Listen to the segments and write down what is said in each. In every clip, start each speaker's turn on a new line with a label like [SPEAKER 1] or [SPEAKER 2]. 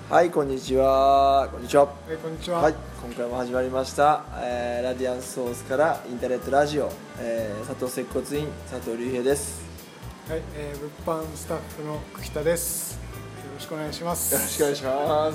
[SPEAKER 1] はい、こんにちは。こんにちは。
[SPEAKER 2] はい、こんにちは。
[SPEAKER 1] はい、今回も始まりました、ラディアンスソースからインターネットラジオ、佐藤接骨院佐藤隆平です。
[SPEAKER 2] はい、物販スタッフの久喜田です。よろしくお願いします。
[SPEAKER 1] よろしくお願いします。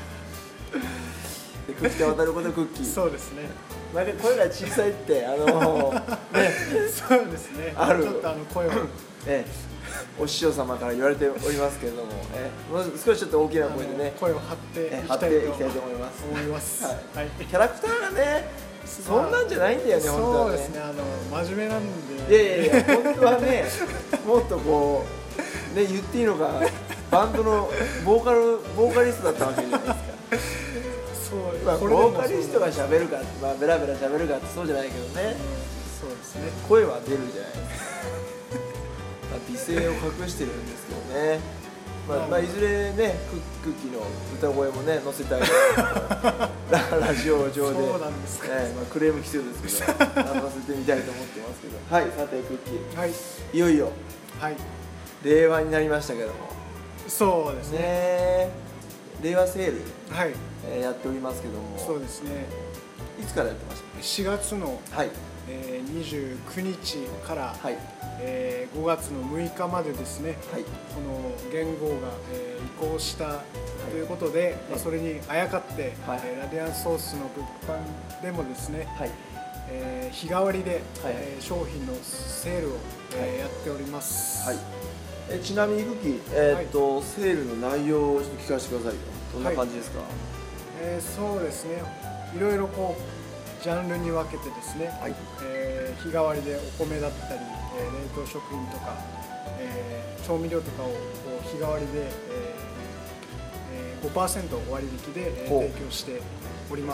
[SPEAKER 1] で、久喜田渡ることクッキー。
[SPEAKER 2] そうですね。
[SPEAKER 1] なんか声が小さいってね、
[SPEAKER 2] そうですね。
[SPEAKER 1] ある
[SPEAKER 2] ちょっと声を
[SPEAKER 1] お師匠様から言われておりますけれども、もう少しちょっと大きな声でね、
[SPEAKER 2] 声を張っていき
[SPEAKER 1] 張ったていきたいと思います。
[SPEAKER 2] はい。
[SPEAKER 1] キャラクターがね、そんなんじゃないんだよね、本当はね。
[SPEAKER 2] そうですね。真面目なんで。
[SPEAKER 1] いや、本当はね、もっとこうね、言っていいのか、バンドのボーカリストだったわけじゃないですか。
[SPEAKER 2] そう、
[SPEAKER 1] まあ、ボーカリストが喋るか、まあ、ベラベラ喋るかってそうじゃないけどね、
[SPEAKER 2] そうですね。
[SPEAKER 1] 声は出るじゃないですか。美声を隠してるんですけどね。まあ、いずれね、クッキーの歌声もね、載せたいラジオ上で、
[SPEAKER 2] そうなんですか。
[SPEAKER 1] まあ、クレーム必要ですけど、載せてみたいと思ってますけど、はい、さてクッキー、
[SPEAKER 2] はい、
[SPEAKER 1] いよいよ、
[SPEAKER 2] はい、
[SPEAKER 1] 令和になりましたけども、
[SPEAKER 2] そうですね。
[SPEAKER 1] 令和セール、
[SPEAKER 2] はい、
[SPEAKER 1] やっておりますけども、
[SPEAKER 2] そうですね。
[SPEAKER 1] いつからやってました
[SPEAKER 2] 4月の、
[SPEAKER 1] はい、
[SPEAKER 2] 29日から、
[SPEAKER 1] はい、
[SPEAKER 2] 5月の6日までですね、
[SPEAKER 1] はい、
[SPEAKER 2] この元号が、移行したということで、それにあやかって、
[SPEAKER 1] はい、
[SPEAKER 2] ラディアンスソースの物販でもですね、
[SPEAKER 1] はい、
[SPEAKER 2] 日替わりで、
[SPEAKER 1] はい、
[SPEAKER 2] 商品のセールを、やっております。
[SPEAKER 1] はい、ちなみにクッキー、セールの内容をちょっと聞かせてくださいよ。どんな感じですか？
[SPEAKER 2] そうですね、いろいろこうジャンルに分けてですね、
[SPEAKER 1] はい、
[SPEAKER 2] 日替わりでお米だったり、冷凍食品とか、調味料とかをこう日替わりで、5% 割引で、提供しております。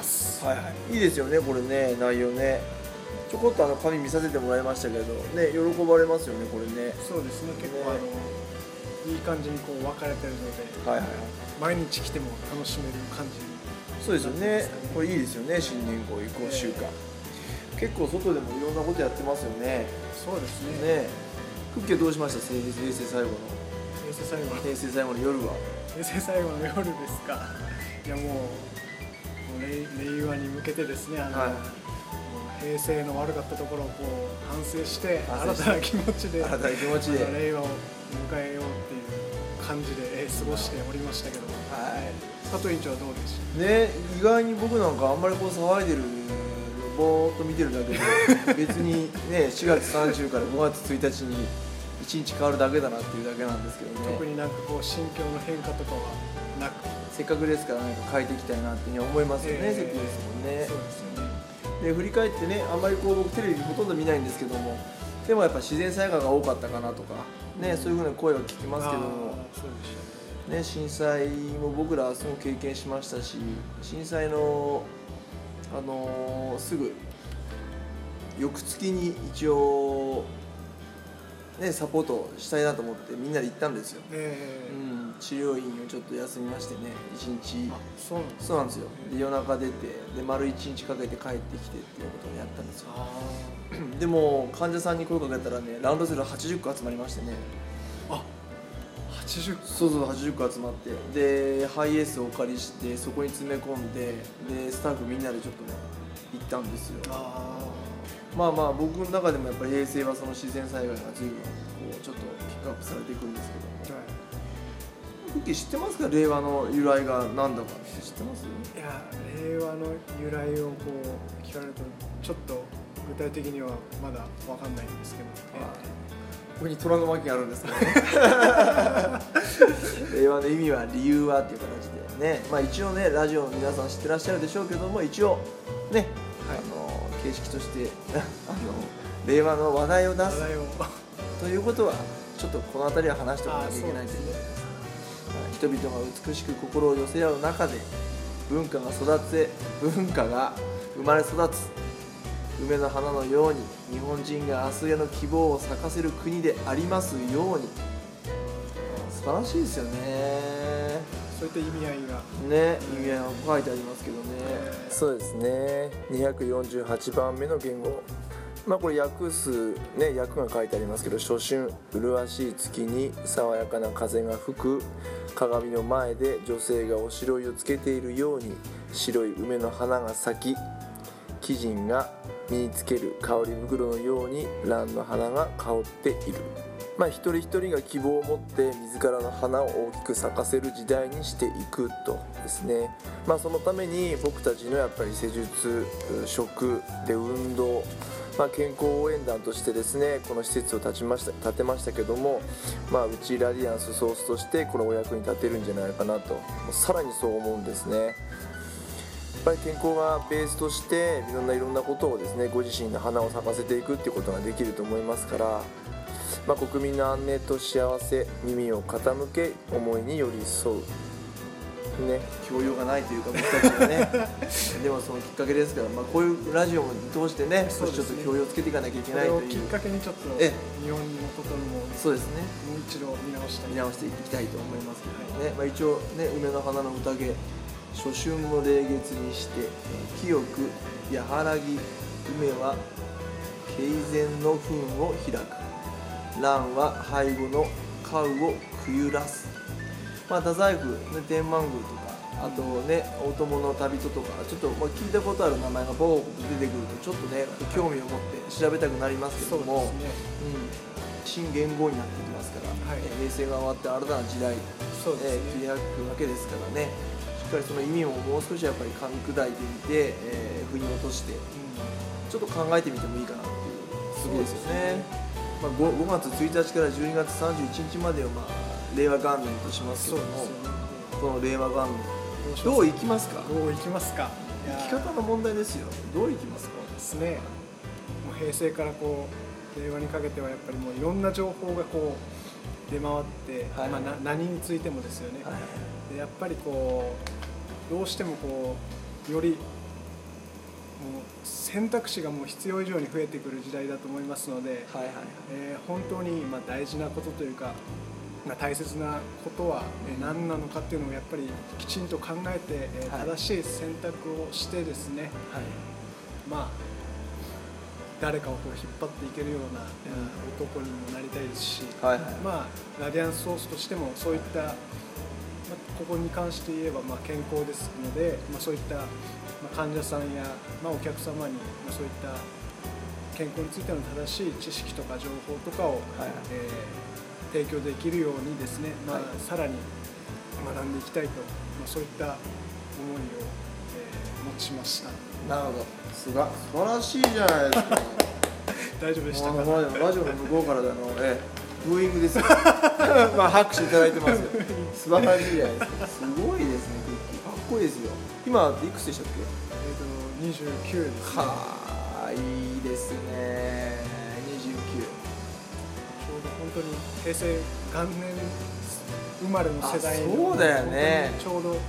[SPEAKER 1] はいはい、いいですよね、これね、内容ね。ちょこっと紙見させてもらいましたけどね、喜ばれますよね、これね。
[SPEAKER 2] そうですね、結構いい感じにこう分かれてるので、
[SPEAKER 1] はいはい、
[SPEAKER 2] 毎日来ても楽しめる感じに。
[SPEAKER 1] そうですよね、これいいですよね、新年号移行週間、結構外でもいろんなことやってますよね。
[SPEAKER 2] そうですね。
[SPEAKER 1] クッキーはどうしました？平成最後の夜は。
[SPEAKER 2] 平成最後の夜ですか。いや、もう令和に向けてですね、平成の悪かったところをこう反省して新たな気持ちで令和を迎えようっていう感じで過ごしておりましたけども、佐藤院長はどうでした
[SPEAKER 1] ね。意外に僕なんかあんまりこう騒いでるのぼーっと見てるだけで別にね、4月30から5月1日に1日変わるだけだなっていうだけなんですけどね。
[SPEAKER 2] 特になんかこう心境の変化とかはなく、
[SPEAKER 1] せっかくですからなんか変えていきたいなっていうふうに思いますよね、せっかくですもんね。
[SPEAKER 2] そうですよね。
[SPEAKER 1] で、振り返ってね、あんまりこう僕テレビほとんど見ないんですけども、でもやっぱ自然災害が多かったかなとかね、そういうふうな声は聞きますけども、
[SPEAKER 2] そうでした
[SPEAKER 1] ね、震災も僕らはすごく経験しましたし、震災のすぐ翌月に一応ね、サポートしたいなと思ってみんなで行ったんですよ。治療院をちょっと休みましてね、1日。そうなんですよ。で、夜中出て、で丸1日かけて帰ってきてっていうことをやったんですよ。でも患者さんに声かけたらね、ラウンドセル80個集まりましてね。
[SPEAKER 2] 80個。
[SPEAKER 1] そう80個集まって、でハイエースをお借りしてそこに詰め込んで、でスタッフみんなでちょっとね行ったんですよ。まあ僕の中でもやっぱり平成はその自然災害が随分こうちょっとピックアップされていくんですけども、クッキー知ってますか？令和の由来が何だか知ってます？
[SPEAKER 2] いや、令和の由来をこう聞かれるとちょっと具体的にはまだ分かんないんですけど、
[SPEAKER 1] ここに虎の巻があるんですけどね令和の意味は理由はっていう形でね、まあ一応ね、ラジオの皆さん知ってらっしゃるでしょうけども、一応ね、形式として令和の話題を出すということはちょっとこの辺りは話しておかなきゃいけないということです。人々が美しく心を寄せ合う中で文化が生まれ育つ梅の花のように、日本人が明日への希望を咲かせる国でありますように。素晴らしいですよね。
[SPEAKER 2] そういった意味合いが
[SPEAKER 1] ね、意味合いが書いてありますけどね。そうですね。248番目の言語、 これ訳すね、訳が書いてありますけど、初春麗しい月に爽やかな風が吹く鏡の前で女性がおしろいをつけているように白い梅の花が咲き、貴人が身につける香り袋のように蘭の花が香っている。一人一人が希望を持って自らの花を大きく咲かせる時代にしていくとですね。そのために僕たちのやっぱり施術、食で運動、健康応援団としてですね、この施設を建てましたけども、うちラディアンスソースとしてこのお役に立てるんじゃないかなと、さらにそう思うんですね。やっぱり健康がベースとしていろんなことをですね、ご自身の花を咲かせていくっていうことができると思いますから、国民の安寧と幸せ、耳を傾け思いに寄り添うね、教養がないというか僕たちはねでもそのきっかけですから、こういうラジオを通してね、少しちょっと教養をつけていかなきゃいけないという、
[SPEAKER 2] それをきっかけにちょっと日本のことも
[SPEAKER 1] そうですね、
[SPEAKER 2] もう一度見直してい
[SPEAKER 1] きたいと思いますけどね。一応ね、梅の花の宴、初春を霊月にして清く和らぎ、梅は敬前の墳を開く、蘭は背後の顔をくゆらす。太宰府、天満宮とか、あとね、大友の旅人とか、ちょっと聞いたことある名前がボーッと出てくると、ちょっとね興味を持って調べたくなりますけども、新元号になってきますから、平成が終わって新たな時代切り開くわけですからね、しっかりその意味ももう少しやっぱり噛み砕いてみて、腑に落として、ちょっと考えてみてもいいかなっていう時ですよね。5月1日から12月31日までを令和元年としますけども、この令和元年どういきますか？生き方の問題ですよ。どういきますか？
[SPEAKER 2] ですね。もう平成から令和にかけてはやっぱりもういろんな情報が出回って、何についてもですよね。でやっぱりどうしてもよりもう選択肢がもう必要以上に増えてくる時代だと思いますので、本当に大事なことというか、大切なことは何なのかっていうのをやっぱりきちんと考えて、正しい選択をしてですね、誰かを引っ張っていけるような男にもなりたいですし、ラディアンスソースとしてもそういったここに関して言えば健康ですので、そういった患者さんやお客様にそういった健康についての正しい知識とか情報とかを提供できるようにですね、さらに学んでいきたいと、そういった思いを持ちました。
[SPEAKER 1] なるほど、素晴らしいじゃないですか
[SPEAKER 2] 大丈夫でしたか？
[SPEAKER 1] ラジオの向こうからブーイングですよ拍手いただいてますよ素晴らしいじゃないですか。すごいですね、かっこいいですよ。今いくつでしたっけ
[SPEAKER 2] ？29ですね。
[SPEAKER 1] いいですね、29。
[SPEAKER 2] ちょうど本当に平成元年生まれの世代の、
[SPEAKER 1] そうだよね、
[SPEAKER 2] ちょうど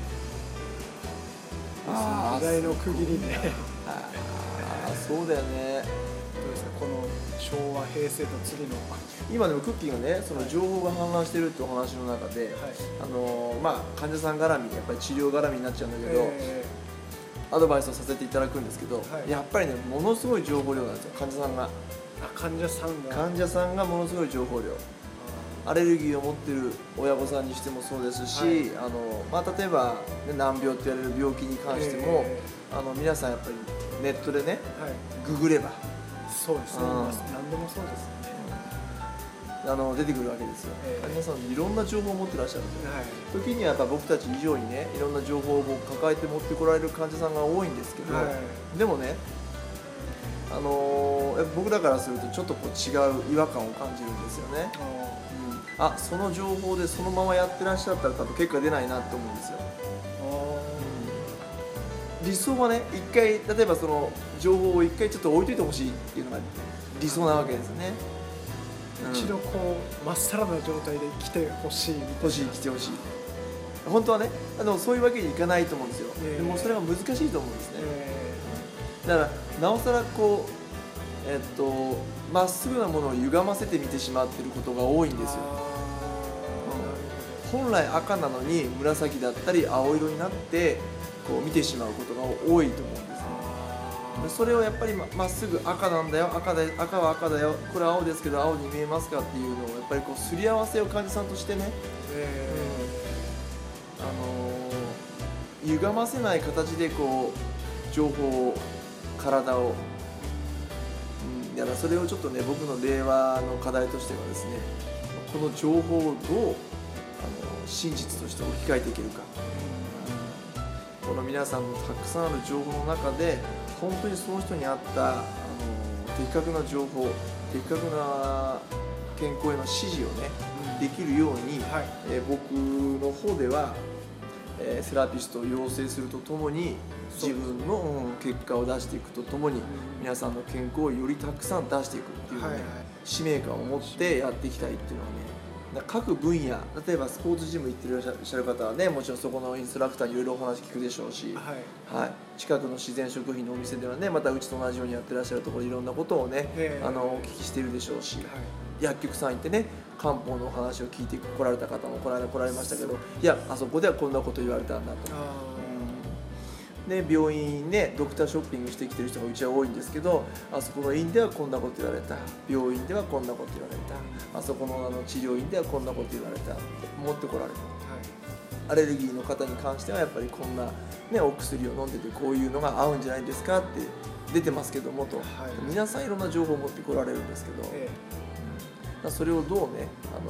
[SPEAKER 2] 時代の区切りで
[SPEAKER 1] そうだよね。
[SPEAKER 2] どうですか、この昭和平成と次の
[SPEAKER 1] 今でもクッキーがね、その情報が氾濫してるってお話の中で、患者さん絡み、やっぱり治療絡みになっちゃうんだけど、アドバイスをさせていただくんですけど、やっぱりね、ものすごい情報量なんですよ、患者さんが。
[SPEAKER 2] 患者さん
[SPEAKER 1] がものすごい情報量。アレルギーを持ってる親御さんにしてもそうですし、例えば難病と言われる病気に関しても、皆さんやっぱりネットでね、ググれば
[SPEAKER 2] そうですね、何でもそうですね、
[SPEAKER 1] 出てくるわけですよ。皆さんいろんな情報を持ってらっしゃるんで、時にはやっぱ僕たち以上にね、いろんな情報を抱えて持ってこられる患者さんが多いんですけど、でもね、僕らからするとちょっと違う違和感を感じるんですよね。その情報でそのままやってらっしゃったら多分結果出ないなと思うんですよ。理想はね、一回例えばその情報を一回ちょっと置いといてほしいっていうのが理想なわけですね。
[SPEAKER 2] 一度まっさらな状態で来てほしいみたいな。
[SPEAKER 1] 来てほしい。本当はね、そういうわけにいかないと思うんですよ。でもそれが難しいと思うんですね。だからなおさらまっすぐなものを歪ませて見てしまっていることが多いんですよ。本来赤なのに紫だったり青色になって見てしまうことが多いと思うんですね。 それをやっぱりまっすぐ赤なんだよ、赤は赤だよ、これは青ですけど青に見えますかっていうのをやっぱりこうすり合わせを患者さんとしてね、歪ませない形でこう情報を体を、だからそれをちょっとね僕の令和の課題としてはですね、この情報をどう真実として置き換えていけるか、この皆さんのたくさんある情報の中で本当にその人に合った的確な情報、的確な健康への指示をね、できるように、僕の方ではセラピストを養成するとともに自分の結果を出していくとともに皆さんの健康をよりたくさん出していくっていうね、使命感を持ってやっていきたいっていうのはね、各分野、例えばスポーツジム行ってらっしゃる方はね、もちろんそこのインストラクターにいろいろお話聞くでしょうし、近くの自然食品のお店ではね、またうちと同じようにやってらっしゃるところでいろんなことをね、お聞きしているでしょうし、薬局さん行ってね、漢方のお話を聞いてこられた方もこの間来られましたけど、いやあそこではこんなこと言われたんだと。で病院でドクターショッピングしてきてる人がうちは多いんですけど、あそこの院ではこんなこと言われた、病院ではこんなこと言われた、あそこの治療院ではこんなこと言われたって持ってこられる、アレルギーの方に関してはやっぱりこんな、ね、お薬を飲んでてこういうのが合うんじゃないですかって出てますけどもと、皆さんいろんな情報を持ってこられるんですけど、それをどうね、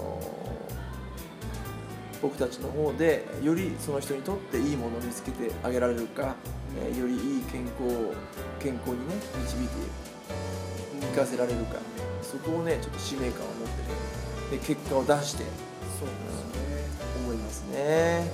[SPEAKER 1] 僕たちの方でよりその人にとっていいものを見つけてあげられるか、よりいい健康にね導いていかせられるか、そこをねちょっと使命感を持ってね、で結果を出して思いますね。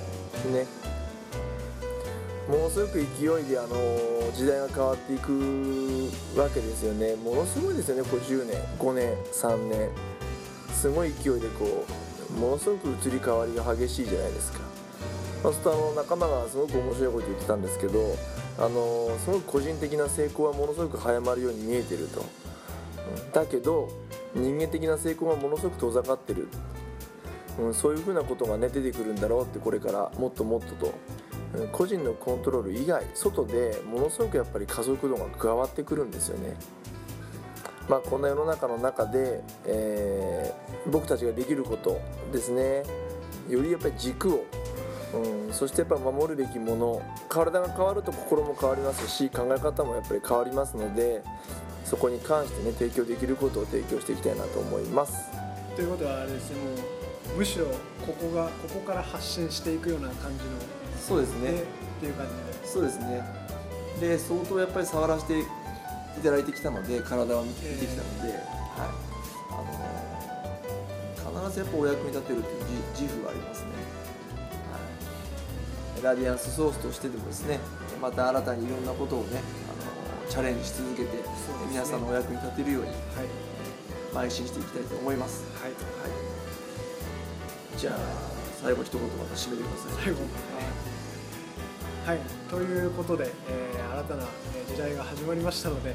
[SPEAKER 1] ものすごく勢いで時代が変わっていくわけですよね。ものすごいですよね。こう10年5年3年すごい勢いでこうものすごく移り変わりが激しいじゃないですか。そうすると仲間がすごく面白いこと言ってたんですけど、すごく個人的な成功はものすごく早まるように見えてると、だけど人間的な成功はものすごく遠ざかってる、そういうふうなことがね出てくるんだろうって、これからもっともっとと、個人のコントロール以外外でものすごくやっぱり加速度が加わってくるんですよね。こんな世の中の中で、僕たちができることですね、よりやっぱり軸を、そしてやっぱ守るべきもの、体が変わると心も変わりますし、考え方もやっぱり変わりますので、そこに関してね提供できることを提供していきたいなと思います。
[SPEAKER 2] ということはあれですね、もうむしろここから発信していくような感じの、
[SPEAKER 1] そうですね
[SPEAKER 2] っていう感じで、
[SPEAKER 1] そうですね。で相当やっぱり触らせていただいてきたので、体を見てきたので、必ずやっぱお役に立てるという自負がありますね。ラディアンスソースとしてでもですね、また新たにいろんなことをねチャレンジし続けて、皆さんのお役に立てるように、邁進していきたいと思います。じゃあ最後一言また締めてください。
[SPEAKER 2] ということで、新たな時代が始まりましたので、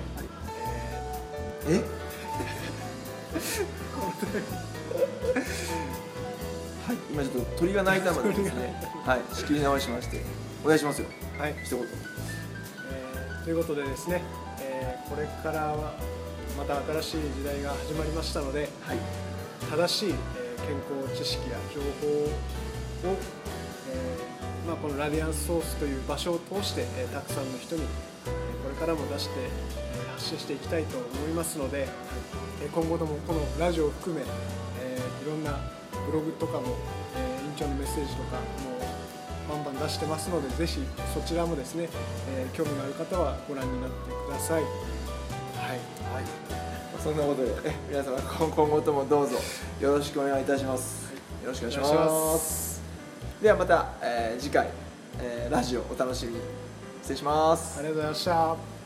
[SPEAKER 1] 今ちょっと鳥が鳴いたのでですね、仕切り直しましてお願いしますよ。一言。
[SPEAKER 2] ということでですね、これからはまた新しい時代が始まりましたので、正しい健康知識や情報を、このラディアンスソースという場所を通して、たくさんの人に、これからも出して、発信していきたいと思いますので、今後ともこのラジオを含め、いろんなブログとかも、院長のメッセージとかもバンバン出してますので、ぜひそちらもですね、興味がある方はご覧になってください。
[SPEAKER 1] そんなことで皆様今後ともどうぞよろしくお願いいたします。よろしくお願いします。ではまた、次回、ラジオお楽しみに。失礼します。
[SPEAKER 2] ありがとうございました。